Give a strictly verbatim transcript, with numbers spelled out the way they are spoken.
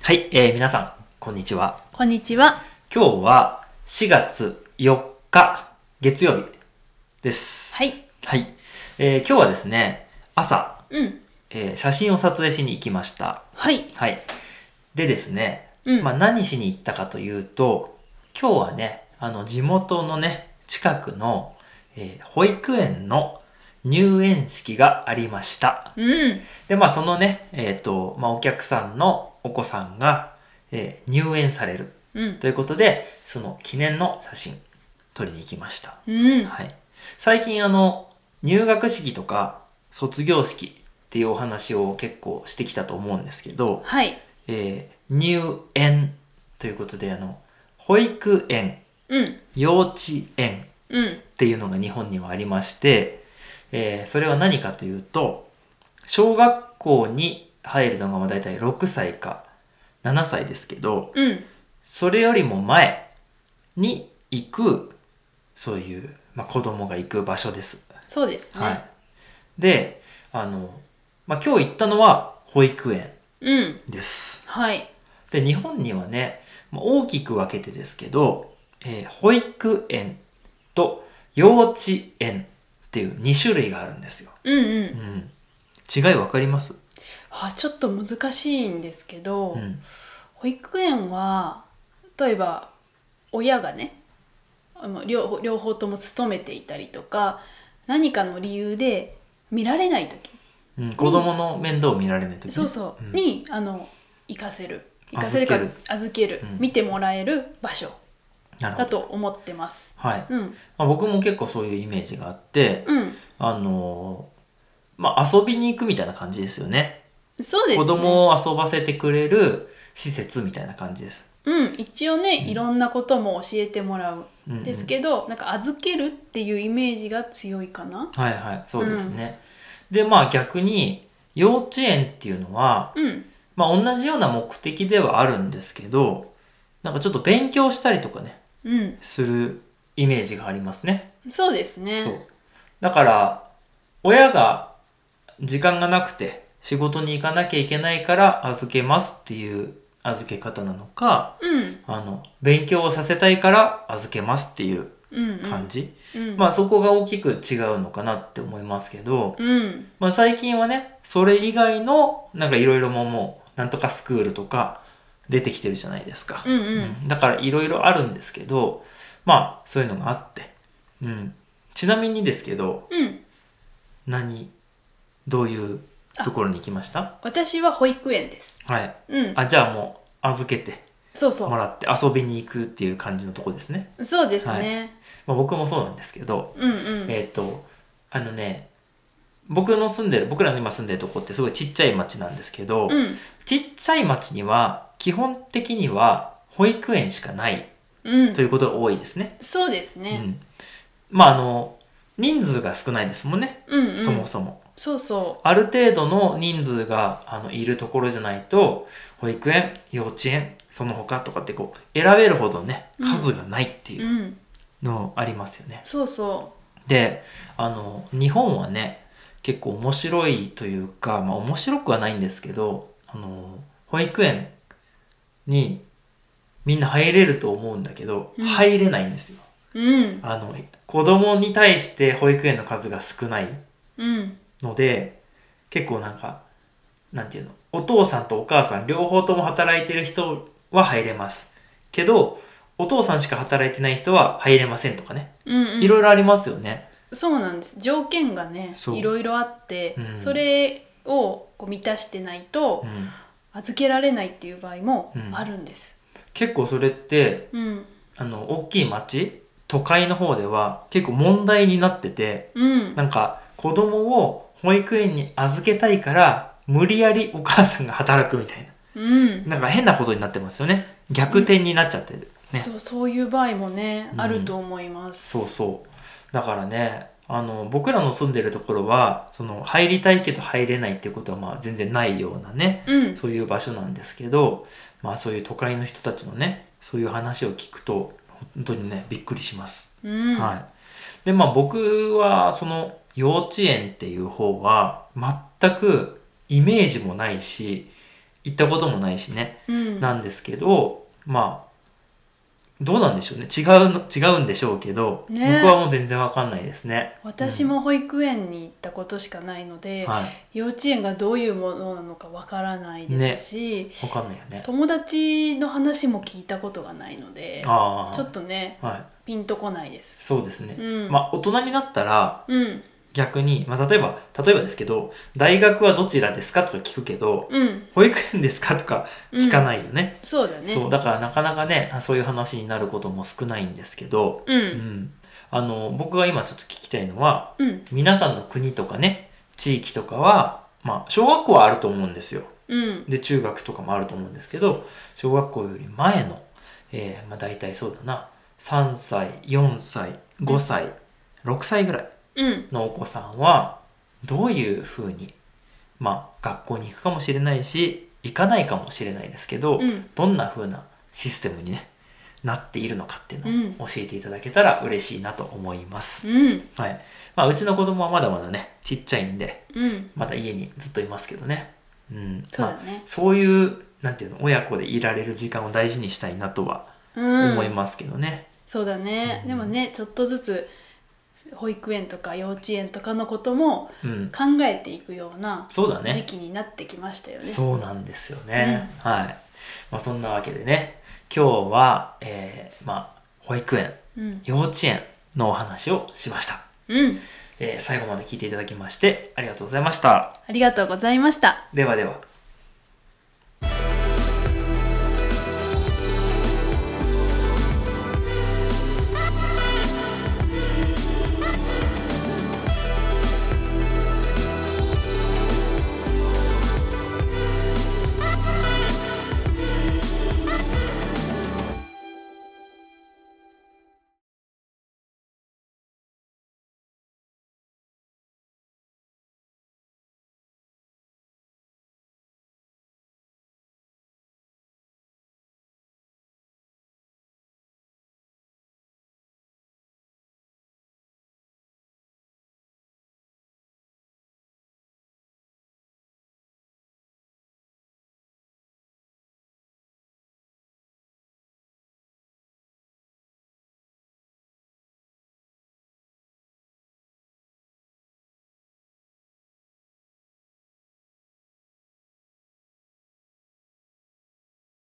はい、えー、皆さん、こんにちは。 こんにちは。 今日はしがつよっか、月曜日です。 はい。 はい。えー、今日はですね、朝、 うん。 えー写真を撮影しに行きました。 はい。 はい。でですね、 うん。 まあ何しに行ったかというと、今日はね、あの、地元のね、近くの、えー保育園の入園式がありました。 うん。 で、まあそのね、えっと、まあお客さんのお子さんが、えー入園されるうん。 ということで、その記念の写真撮りに行きました。 うん。 はい。最近あの、入学式とか卒業式っていうお話を結構してきたと思うんですけど、 はい。 えー入園ということで、あの、保育園、 うん。 幼稚園うん。 っていうのが日本にはありまして、えーそれは何かというと、小学校に入るのがまあ大体ろくさいかななさいですけど、 うん。 それよりも前に行く、そういう、まあ、子供が行く場所です。 そうですね。 はい。で、あの、まあ、今日行ったのは保育園うん。 です。 はい。 で、日本にはね、まあ大きく分けてですけど、えー保育園と幼稚園っていうに種類があるんですよ。 うんう。 うんん。違い分かります？ あ、ちょっと難しいんですけど、 うん。 保育園は例えば親がね、あの両方両方とも勤めていたりとか、何かの理由で見られない時、 うん、子供の面倒を見られないときね。 そうそう、 んにあの行かせる、行かせるか預ける預ける、 うん見てもらえる場所なるほど。 だと思ってます。 はい。 うん。 まあ、僕も結構そういうイメージがあって、 うん。 あのーまあ、遊びに行くみたいな感じですよね。 そうですね。 子供を遊ばせてくれる施設みたいな感じです。 うん、一応ね、いろんなことも教えてもらううんうんですけど、なんか預けるっていうイメージが強いかな。 はいはい、そうですね。で、まあ逆に、幼稚園っていうのは、 うん。 まあ同じような目的ではあるんですけど、なんかちょっと勉強したりとかね、 うん。 するイメージがありますね。 そうですね。 そう。だから、親が時間がなくて仕事に行かなきゃいけないから預けますっていう預け方なのか、 うん。 あの、勉強をさせたいから預けますっていううん、うん。 感じ。 うん。 まあそこが大きく違うのかなって思いますけど、 うん。 まあ最近はね、それ以外のなんかいろいろももう、なんとかスクールとか出てきてるじゃないですか。 うんうんだからいろいろあるんですけど、まあそういうのがあって。うん。ちなみにですけど、 うん。 何、どういうところに行きました？ 私は保育園です。 はい。 うん。 あ、じゃあもう預けてそうそもらって遊びに行くっていう感じのとこですね。 う。そうですね。 まあ僕もそうなんですけど、 うんうん。 えっと、あのね、僕の住んでる、僕らの今住んでるとこってすごいちっちゃい町なんですけど、 うん。 ちっちゃい町には基本的には保育園しかないうんと。いうことが多いですね。 そうですね。 うん。まああの、人数が少ないですもんね。 うんうん。 そもそも。 そうそある程度の人数があのいるところじゃないと、保育園、幼稚園、その他とかってこう、選べるほどね、 うん数がないってう。 いううんのありますよね。 そうそで、あの、日本はね、結構面白いというか、まあ面白くはないんですけど、あの、保育園にみんな入れると思うんだけど、 うん入れないんですよ。 う。うん。 あの、子供に対して保育園の数が少ないうん。 ので、結構なんか、なんていうの、お父さんとお母さん両方とも働いてる人は入れます。けど、お父さんしか働いてない人は入れませんとかね。 うんうん。 いろいろありますよね。 そうなんです。条件がねそういろいろあって、 うんそれをこう満たしてないとうん預けられないっていう場合もうんあるんです。 結構それって、 うんあの、大きい町、都会の方では結構問題になってて、 うんなんか子供を保育園に預けたいから無理やりお母さんが働くみたいうんな。なんか変なことになってますよね。逆転になっちゃってる。ね。 そうそういう場合もね、 うんあると思います。 そうそう。だからね、あの、僕らの住んでるところは、その、入りたいけど入れないっていうことはまあ全然ないようなね、 うんそういう場所なんですけど、まあそういう都会の人たちのね、そういう話を聞くと、本当にね、びっくりします。 うんはい。で、まあ僕は、その、幼稚園っていう方は、全くイメージもないし、 行ったこともないしね、 うんなんですけど、まあどうなんでしょうね、違うの違うんでしょうけど、 ね、 僕はもう全然わかんないですね。 私も保育園に行ったことしかないので、 うん、はい、 幼稚園がどういうものなのかわからないですし、 ね、わかんないよね。 友達の話も聞いたことがないので、 あちょっとね、 はい、 ピンとこないです。 そうですね、 うん、 まあ大人になったら、 うん、 逆に、まあ、例えば例えばですけど、大学はどちらですかとか聞くけど、 うん、 保育園ですかとか聞かないよね、 うん、そうだね。 そうだからなかなかねそういう話になることも少ないんですけど、 うん、 うん、あの僕が今ちょっと聞きたいのは、 うん、 皆さんの国とかね地域とかは、まあ、小学校はあると思うんですよ。 うん、 で中学とかもあると思うんですけど、小学校より前の、えーまあ、大体そうだなさんさいよんさいごさい、うん、ろくさいぐらいのお子さんはどういうふうに、まあ、学校に行くかもしれないし行かないかもしれないですけど、 うん、 どんなふうなシステムに、ね、なっているのかっていうのを教えていただけたら嬉しいなと思います、 うんはいまあ、うちの子供はまだまだねちっちゃいんで、 うん、 まだ家にずっといますけどね、うんそうだね、 まあ、そういうなんていうの親子でいられる時間を大事にしたいなとは思いますけどね、 うん、そうだね、 うん、 でもねちょっとずつ保育園とか幼稚園とかのことも考えていくような時期になってきましたよね。 うん、そうなんですよね、うん、はい、まあ、そんなわけでね今日は、えーまあ、保育園、うん、幼稚園のお話をしました、 うんえー、最後まで聞いていただきましてありがとうございました。 ありがとうございました。 ではでは。